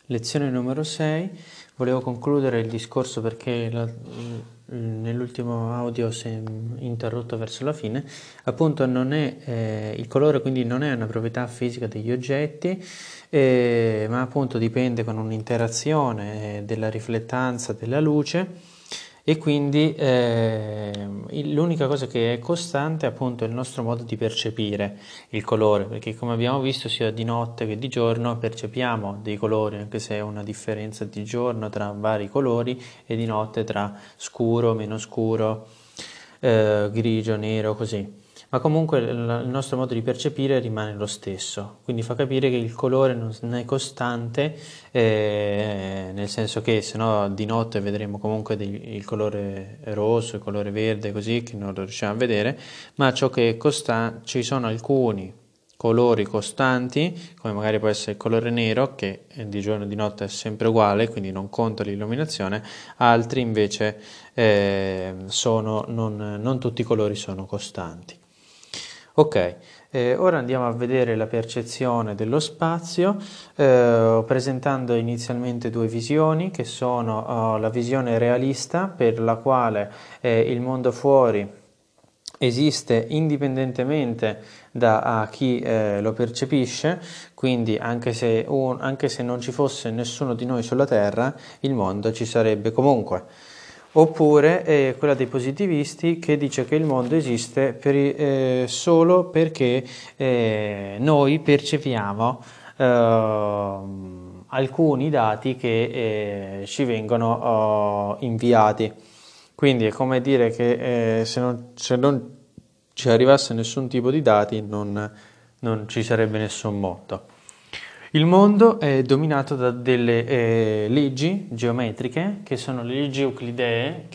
Lezione numero 6. Volevo concludere il discorso perché nell'ultimo audio si è interrotto verso la fine. Appunto non è, il colore quindi non è una proprietà fisica degli oggetti, ma appunto dipende con un'interazione della riflettanza della luce. E quindi l'unica cosa che è costante è appunto il nostro modo di percepire il colore, perché come abbiamo visto sia di notte che di giorno percepiamo dei colori, anche se è una differenza di giorno tra vari colori e di notte tra scuro, meno scuro, grigio, nero, così. Ma comunque il nostro modo di percepire rimane lo stesso, quindi fa capire che il colore non è costante, nel senso che se no di notte vedremo comunque il colore rosso, il colore verde, così che non lo riusciamo a vedere, ma ciò che è costante, ci sono alcuni colori costanti, come magari può essere il colore nero, che di giorno e di notte è sempre uguale, quindi non conta l'illuminazione, altri invece non tutti i colori sono costanti. Ok, ora andiamo a vedere la percezione dello spazio, presentando inizialmente due visioni, che sono la visione realista, per la quale il mondo fuori esiste indipendentemente da chi lo percepisce, quindi anche se non ci fosse nessuno di noi sulla Terra, il mondo ci sarebbe comunque. Oppure quella dei positivisti, che dice che il mondo esiste solo perché noi percepiamo alcuni dati che ci vengono inviati. Quindi è come dire che se non ci arrivasse nessun tipo di dati non ci sarebbe nessun mondo. Il mondo è dominato da delle leggi geometriche, che sono le leggi euclidee,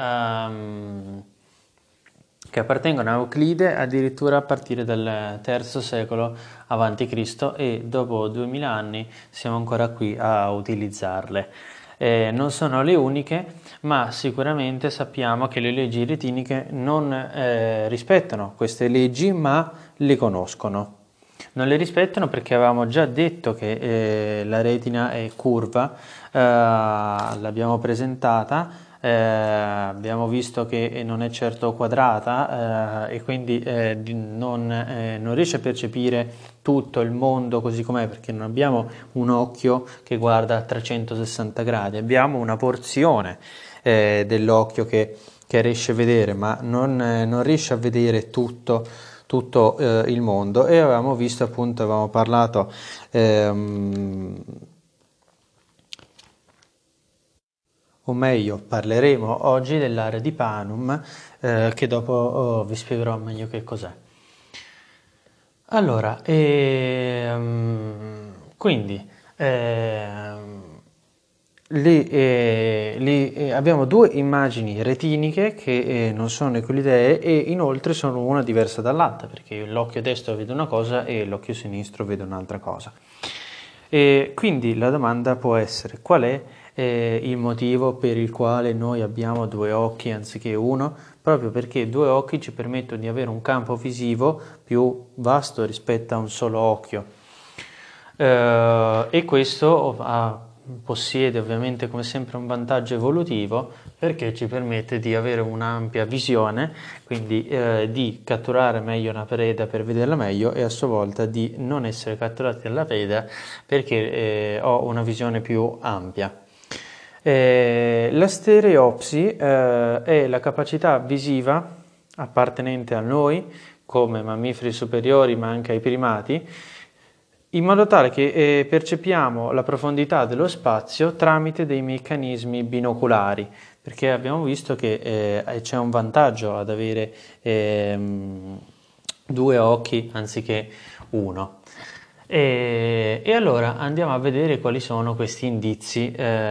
che appartengono a Euclide addirittura a partire dal III secolo a.C. e dopo 2000 anni siamo ancora qui a utilizzarle. Non sono le uniche, ma sicuramente sappiamo che le leggi retiniche non rispettano queste leggi, ma le conoscono. Non le rispettano perché avevamo già detto che la retina è curva, l'abbiamo presentata, abbiamo visto che non è certo quadrata e quindi non riesce a percepire tutto il mondo così com'è, perché non abbiamo un occhio che guarda a 360 gradi, abbiamo una porzione dell'occhio che riesce a vedere, ma non riesce a vedere tutto il mondo. E avevamo visto, appunto, avevamo parlato o meglio parleremo oggi dell'area di Panum, che dopo vi spiegherò meglio che cos'è. Allora, quindi abbiamo due immagini retiniche che non sono euclidee e inoltre sono una diversa dall'altra, perché l'occhio destro vede una cosa e l'occhio sinistro vede un'altra cosa. E quindi la domanda può essere: qual è il motivo per il quale noi abbiamo due occhi anziché uno? Proprio perché due occhi ci permettono di avere un campo visivo più vasto rispetto a un solo occhio. E questo possiede ovviamente come sempre un vantaggio evolutivo, perché ci permette di avere un'ampia visione, quindi di catturare meglio una preda per vederla meglio, e a sua volta di non essere catturati dalla preda perché ho una visione più ampia. La stereopsi è la capacità visiva appartenente a noi come mammiferi superiori, ma anche ai primati, in modo tale che percepiamo la profondità dello spazio tramite dei meccanismi binoculari, perché abbiamo visto che c'è un vantaggio ad avere due occhi anziché uno. E allora andiamo a vedere quali sono questi indizi,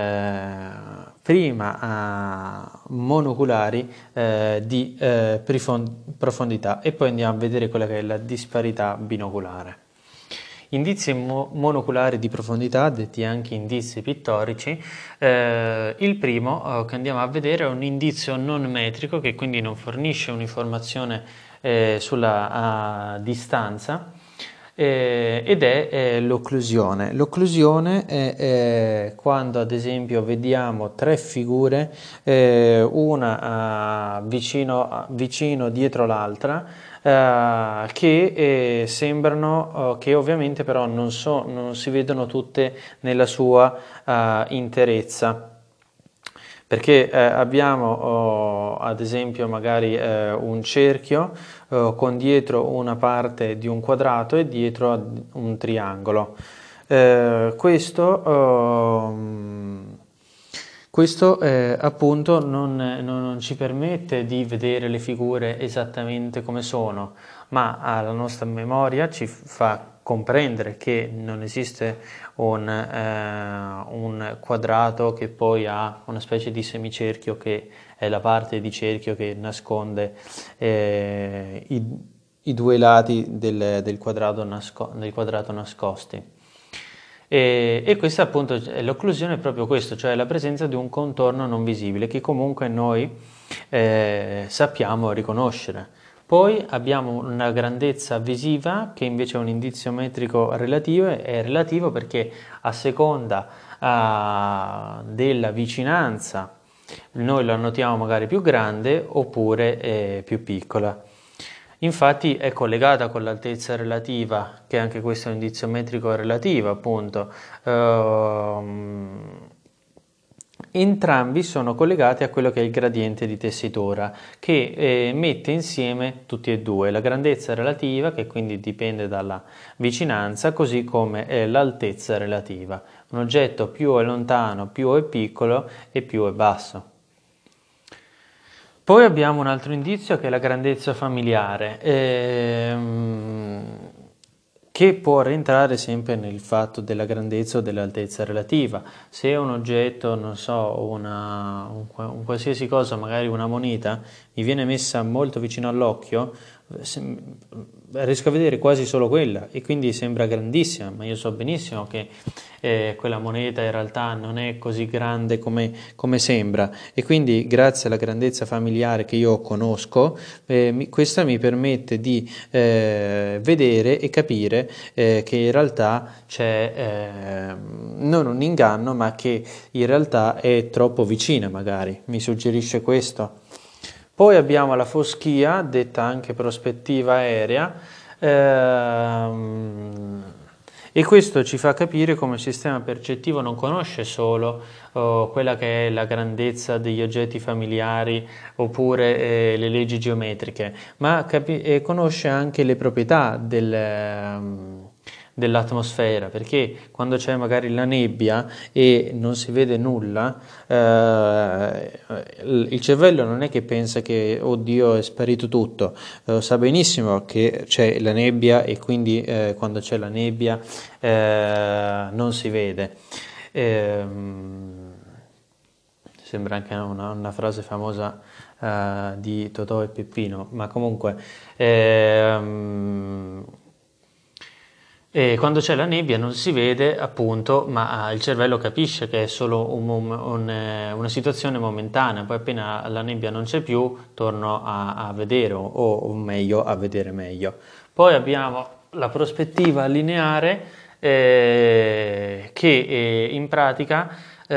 prima monoculari di profondità, e poi andiamo a vedere quella che è la disparità binoculare. Indizi monoculari di profondità, detti anche indizi pittorici. Il primo che andiamo a vedere è un indizio non metrico, che quindi non fornisce un'informazione sulla distanza, ed è l'occlusione. L'occlusione è quando ad esempio vediamo tre figure, una vicino dietro l'altra, che sembrano, che ovviamente però non si vedono tutte nella sua interezza. Perché abbiamo ad esempio magari un cerchio con dietro una parte di un quadrato e dietro un triangolo. Questo appunto non ci permette di vedere le figure esattamente come sono, ma la nostra memoria ci fa comprendere che non esiste un quadrato che poi ha una specie di semicerchio che è la parte di cerchio che nasconde i due lati del quadrato nascosti. E questa appunto l'occlusione è proprio questo, cioè la presenza di un contorno non visibile che comunque noi sappiamo riconoscere. Poi abbiamo una grandezza visiva che invece è un indizio metrico relativo, è relativo perché a seconda della vicinanza noi la notiamo magari più grande oppure più piccola. Infatti è collegata con l'altezza relativa, che anche questo è un indizio metrico relativo, appunto. Entrambi sono collegati a quello che è il gradiente di tessitura, che mette insieme tutti e due, la grandezza relativa, che quindi dipende dalla vicinanza, così come l'altezza relativa. Un oggetto più è lontano, più è piccolo e più è basso. Poi abbiamo un altro indizio che è la grandezza familiare, che può rientrare sempre nel fatto della grandezza o dell'altezza relativa. Se un oggetto, non so, un qualsiasi cosa, magari una moneta, mi viene messa molto vicino all'occhio, riesco a vedere quasi solo quella e quindi sembra grandissima, ma io so benissimo che quella moneta in realtà non è così grande come sembra, e quindi grazie alla grandezza familiare che io conosco, questa mi permette di vedere e capire che in realtà c'è non un inganno, ma che in realtà è troppo vicina, magari mi suggerisce questo. Poi abbiamo la foschia, detta anche prospettiva aerea, e questo ci fa capire come il sistema percettivo non conosce solo quella che è la grandezza degli oggetti familiari oppure le leggi geometriche, ma conosce anche le proprietà dell'atmosfera, perché quando c'è magari la nebbia e non si vede nulla, il cervello non è che pensa che oddio è sparito tutto, sa benissimo che c'è la nebbia e quindi quando c'è la nebbia non si vede. Sembra anche una frase famosa di Totò e Peppino, ma comunque e quando c'è la nebbia non si vede appunto, ma il cervello capisce che è solo una situazione momentanea, poi appena la nebbia non c'è più torno a vedere o meglio a vedere meglio. Poi abbiamo la prospettiva lineare che in pratica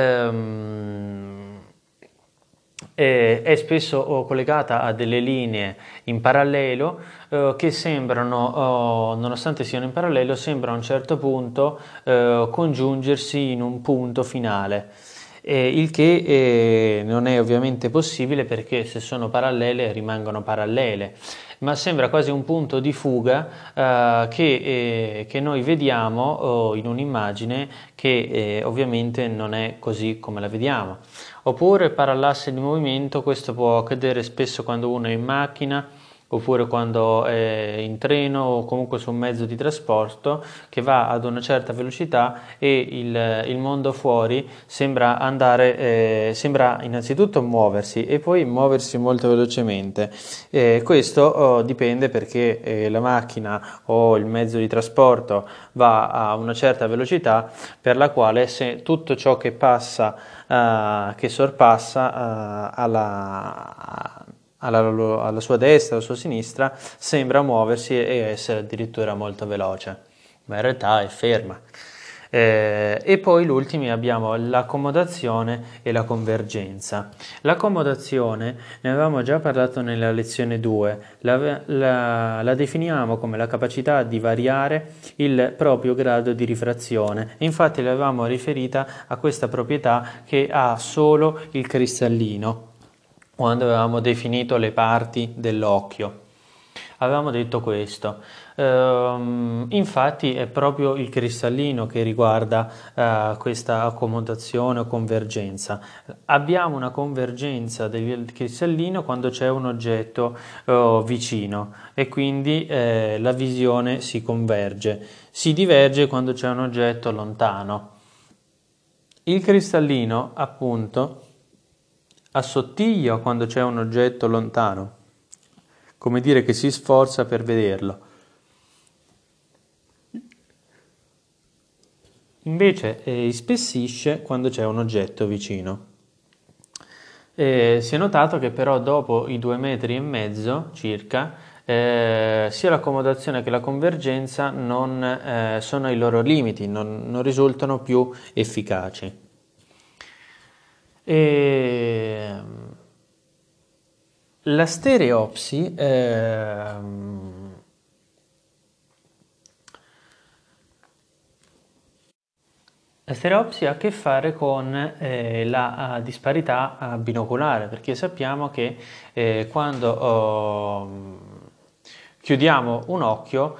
è spesso collegata a delle linee in parallelo che sembrano, nonostante siano in parallelo, sembrano a un certo punto congiungersi in un punto finale. Il che non è ovviamente possibile perché se sono parallele rimangono parallele, ma sembra quasi un punto di fuga che noi vediamo in un'immagine che ovviamente non è così come la vediamo. Oppure parallasse di movimento, questo può accadere spesso quando uno è in macchina oppure quando è in treno o comunque su un mezzo di trasporto che va ad una certa velocità e il mondo fuori sembra sembra innanzitutto muoversi e poi muoversi molto velocemente. Questo dipende perché la macchina o il mezzo di trasporto va a una certa velocità per la quale se tutto ciò che passa che sorpassa alla sua destra, alla sua sinistra, sembra muoversi e essere addirittura molto veloce. ma in realtà è ferma. E poi l'ultimo abbiamo l'accomodazione e la convergenza. L'accomodazione, ne avevamo già parlato nella lezione 2, la definiamo come la capacità di variare il proprio grado di rifrazione. Infatti l'avevamo riferita a questa proprietà che ha solo il cristallino, quando avevamo definito le parti dell'occhio. Avevamo detto questo. Infatti è proprio il cristallino che riguarda questa accomodazione o convergenza. Abbiamo una convergenza del cristallino quando c'è un oggetto vicino e quindi la visione si converge. Si diverge quando c'è un oggetto lontano. Il cristallino, appunto, assottiglia quando c'è un oggetto lontano, come dire che si sforza per vederlo. Invece ispessisce quando c'è un oggetto vicino. Si è notato che però dopo i 2,5 metri circa, sia l'accomodazione che la convergenza non sono ai loro limiti, non risultano più efficaci. La stereopsi La stereopsi ha a che fare con la disparità binoculare, perché sappiamo che quando chiudiamo un occhio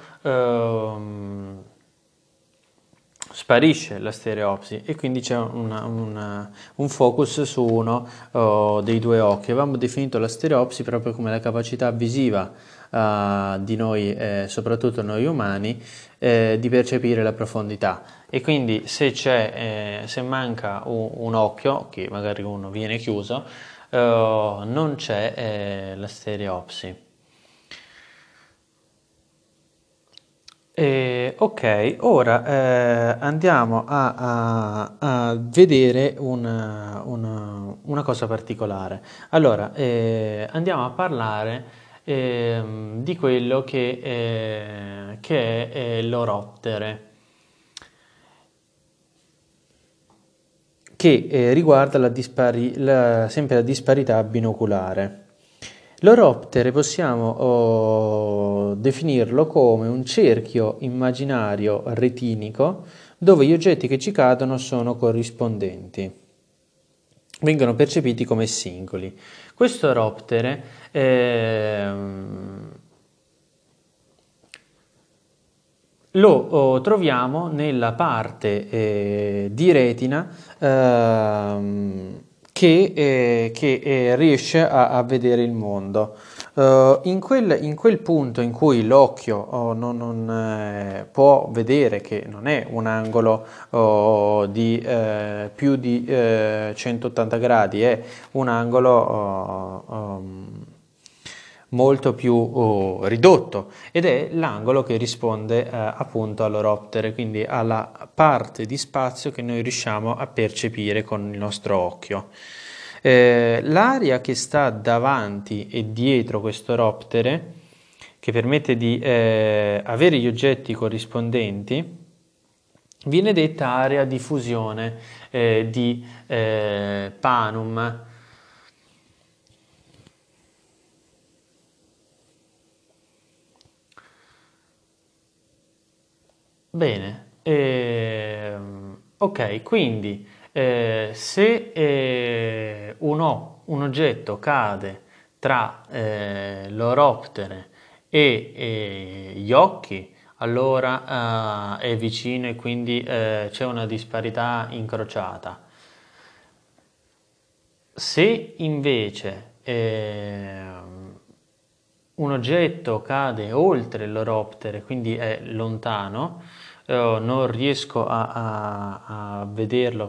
sparisce la stereopsi e quindi c'è un focus su uno dei due occhi. Avevamo definito la stereopsi proprio come la capacità visiva di noi, soprattutto noi umani, di percepire la profondità. E quindi se manca un occhio, che magari uno viene chiuso, non c'è la stereopsi. Ok, ora andiamo a vedere una cosa particolare. Allora, andiamo a parlare di quello che è l'oroptere, che riguarda sempre la disparità binoculare. L'oroptere possiamo definirlo come un cerchio immaginario retinico dove gli oggetti che ci cadono sono corrispondenti, vengono percepiti come singoli. Questo oroptere lo troviamo nella parte di retina che riesce a vedere il mondo. In quel punto in cui l'occhio non può vedere che non è un angolo di più di 180 gradi, è un angolo molto più ridotto ed è l'angolo che risponde appunto all'oroptere, quindi alla parte di spazio che noi riusciamo a percepire con il nostro occhio. L'area che sta davanti e dietro questo oroptere, che permette di avere gli oggetti corrispondenti, viene detta area di fusione di Panum. Bene, ok, quindi se un oggetto cade tra l'oroptere e gli occhi, allora è vicino e quindi c'è una disparità incrociata. Se invece un oggetto cade oltre l'oroptere, quindi è lontano, non riesco a vederlo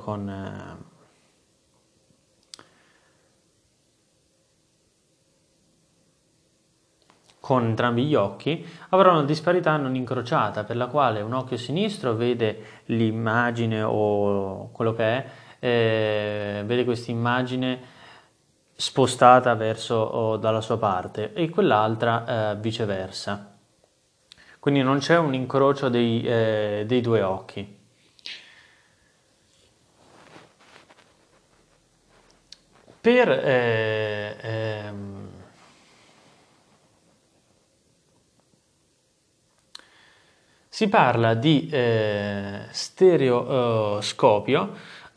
con entrambi gli occhi, avrà una disparità non incrociata, per la quale un occhio sinistro vede l'immagine o quello che è, vede questa immagine spostata verso o dalla sua parte e quell'altra viceversa. quindi non c'è un incrocio dei due occhi. Per si parla di stereoscopio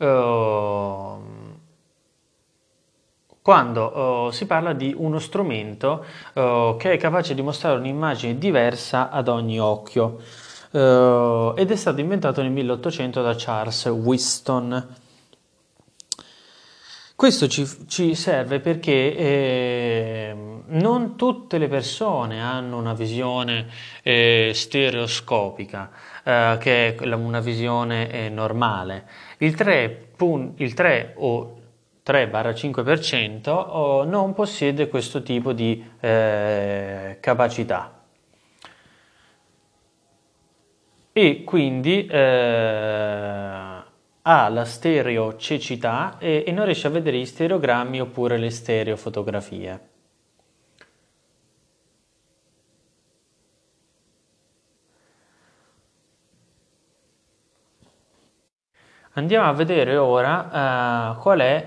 quando si parla di uno strumento che è capace di mostrare un'immagine diversa ad ogni occhio ed è stato inventato nel 1800 da Charles Whiston. Questo ci serve perché non tutte le persone hanno una visione stereoscopica, che è una visione normale. Il 3 o 3-5% non possiede questo tipo di capacità e quindi ha la stereocecità e non riesce a vedere gli stereogrammi oppure le stereofotografie. Andiamo a vedere ora qual è,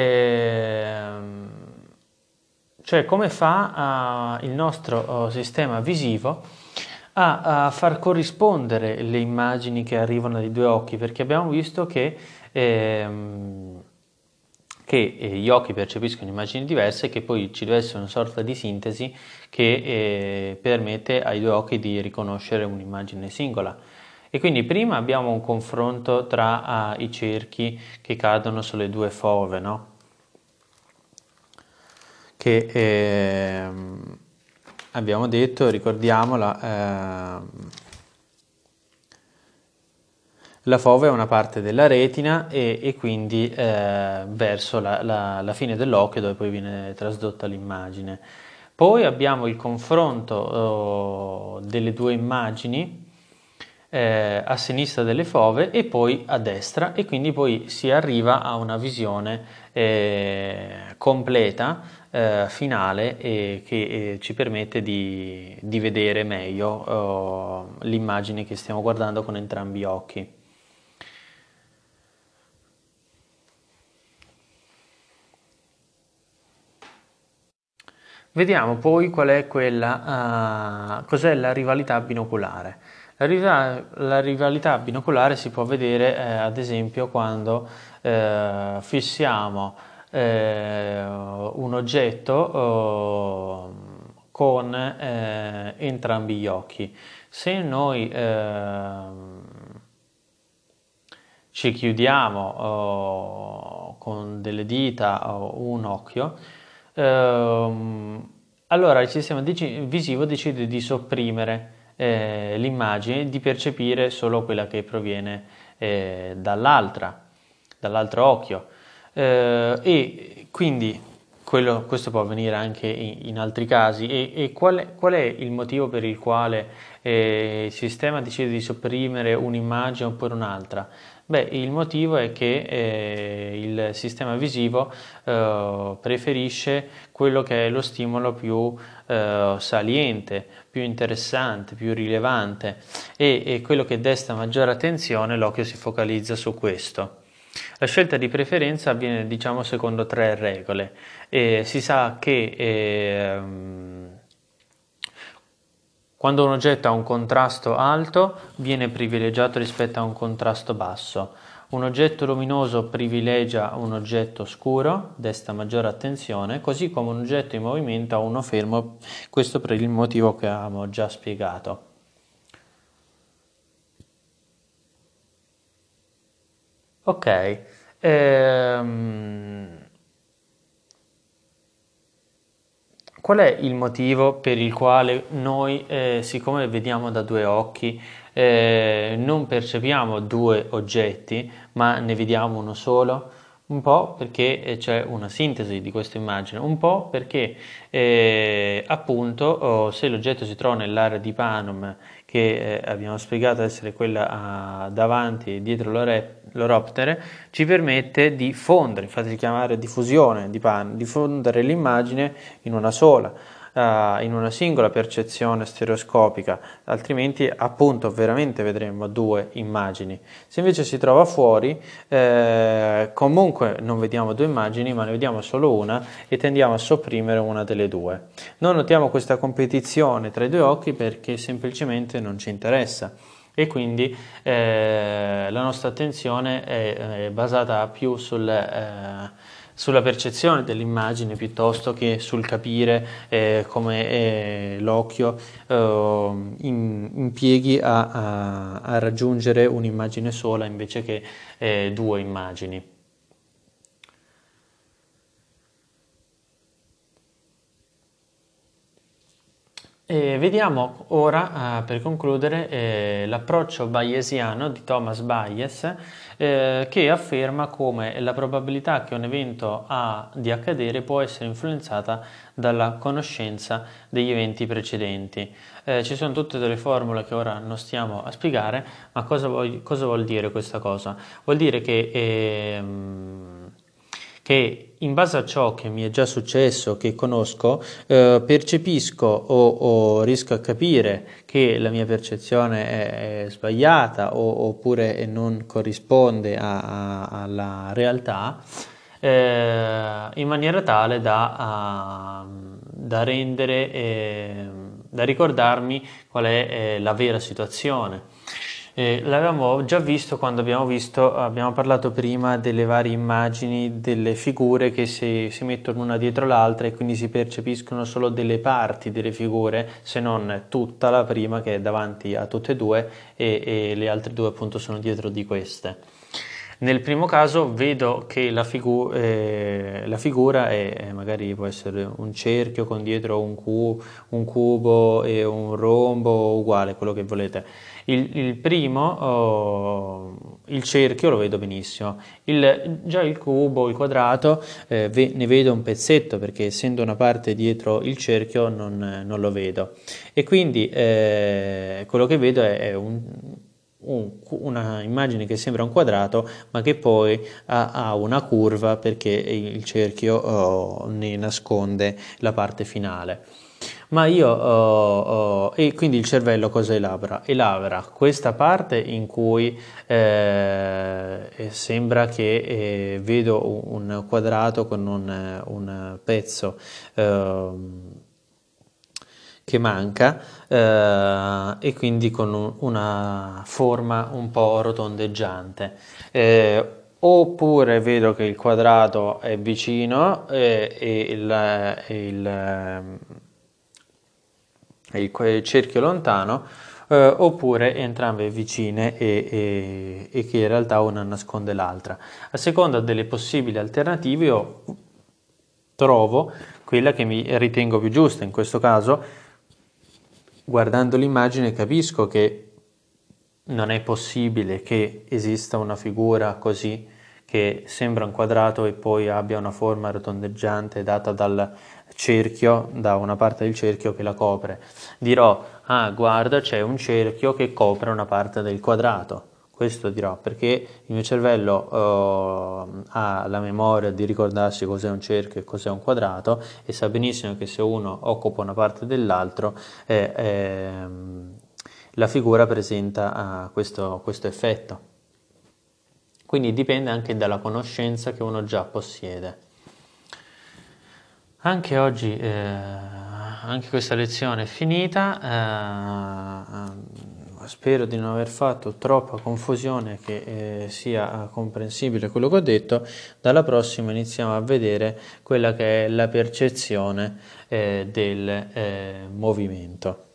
cioè come fa il nostro sistema visivo a far corrispondere le immagini che arrivano dai due occhi, perché abbiamo visto che gli occhi percepiscono immagini diverse e che poi ci deve essere una sorta di sintesi che permette ai due occhi di riconoscere un'immagine singola. E quindi prima abbiamo un confronto tra i cerchi che cadono sulle due fove, no? Che abbiamo detto, ricordiamola, la fova è una parte della retina e quindi verso la fine dell'occhio dove poi viene trasdotta l'immagine. Poi abbiamo il confronto delle due immagini a sinistra delle fove e poi a destra e quindi poi si arriva a una visione completa, finale e che ci permette di vedere meglio l'immagine che stiamo guardando con entrambi gli occhi. Vediamo poi qual è cos'è la rivalità binoculare. La rivalità binoculare si può vedere ad esempio quando fissiamo un oggetto con entrambi gli occhi. Se noi ci chiudiamo con delle dita o un occhio, allora il sistema visivo decide di sopprimere l'immagine e di percepire solo quella che proviene dall'altro occhio. E quindi questo può avvenire anche in altri casi. E qual è il motivo per il quale il sistema decide di sopprimere un'immagine oppure un'altra? Beh, il motivo è che il sistema visivo preferisce quello che è lo stimolo più saliente, più interessante, più rilevante e quello che desta maggiore attenzione, l'occhio si focalizza su questo. La scelta di preferenza avviene, diciamo, secondo 3 regole. Si sa che quando un oggetto ha un contrasto alto viene privilegiato rispetto a un contrasto basso. Un oggetto luminoso privilegia un oggetto scuro, desta maggiore attenzione, così come un oggetto in movimento a uno fermo, questo per il motivo che avevamo già spiegato. Ok, qual è il motivo per il quale noi, siccome vediamo da due occhi, non percepiamo due oggetti, ma ne vediamo uno solo? Un po' perché c'è una sintesi di questa immagine, un po' perché appunto se l'oggetto si trova nell'area di Panum, che abbiamo spiegato essere quella davanti e dietro l'oroptere, ci permette di fondere, infatti si chiama area di fusione di Panum, di fondere l'immagine in una sola. in una singola percezione stereoscopica, altrimenti appunto veramente vedremo due immagini. Se invece si trova fuori, comunque non vediamo due immagini, ma ne vediamo solo una e tendiamo a sopprimere una delle due. Non notiamo questa competizione tra i due occhi perché semplicemente non ci interessa. E quindi la nostra attenzione è basata più sulla percezione dell'immagine piuttosto che sul capire come l'occhio impieghi a raggiungere un'immagine sola invece che due immagini. E vediamo ora, per concludere, l'approccio bayesiano di Thomas Bayes, che afferma come la probabilità che un evento ha di accadere può essere influenzata dalla conoscenza degli eventi precedenti. Ci sono tutte delle formule che ora non stiamo a spiegare, ma cosa vuol dire questa cosa? Vuol dire che in base a ciò che mi è già successo, che conosco, percepisco o riesco a capire che la mia percezione è sbagliata oppure non corrisponde alla realtà, in maniera tale da rendere, da ricordarmi qual è la vera situazione. L'avevamo già visto quando abbiamo parlato prima delle varie immagini, delle figure che si mettono una dietro l'altra e quindi si percepiscono solo delle parti delle figure, se non tutta la prima che è davanti a tutte e due e le altre due appunto sono dietro di queste. Nel primo caso vedo che la figura magari può essere un cerchio con dietro un cubo e un rombo, uguale, quello che volete. Il primo, il cerchio lo vedo benissimo, già il cubo, il quadrato, ne vedo un pezzetto perché essendo una parte dietro il cerchio non lo vedo. E quindi quello che vedo è una immagine che sembra un quadrato ma che poi ha una curva perché il cerchio ne nasconde la parte finale. Ma e quindi il cervello cosa elabora? Elabora questa parte in cui sembra che vedo un quadrato con un pezzo che manca e quindi con una forma un po' rotondeggiante. Oppure vedo che il quadrato è vicino e il cerchio lontano, oppure entrambe vicine e che in realtà una nasconde l'altra. A seconda delle possibili alternative io trovo quella che mi ritengo più giusta. In questo caso, guardando l'immagine, capisco che non è possibile che esista una figura così che sembra un quadrato e poi abbia una forma rotondeggiante data dal cerchio, da una parte del cerchio che la copre. Dirò, ah guarda, c'è un cerchio che copre una parte del quadrato. Questo dirò perché il mio cervello ha la memoria di ricordarsi cos'è un cerchio e cos'è un quadrato e sa benissimo che se uno occupa una parte dell'altro la figura presenta questo effetto. Quindi dipende anche dalla conoscenza che uno già possiede. Anche oggi, anche questa lezione è finita, spero di non aver fatto troppa confusione, che sia comprensibile quello che ho detto. Dalla prossima iniziamo a vedere quella che è la percezione del movimento.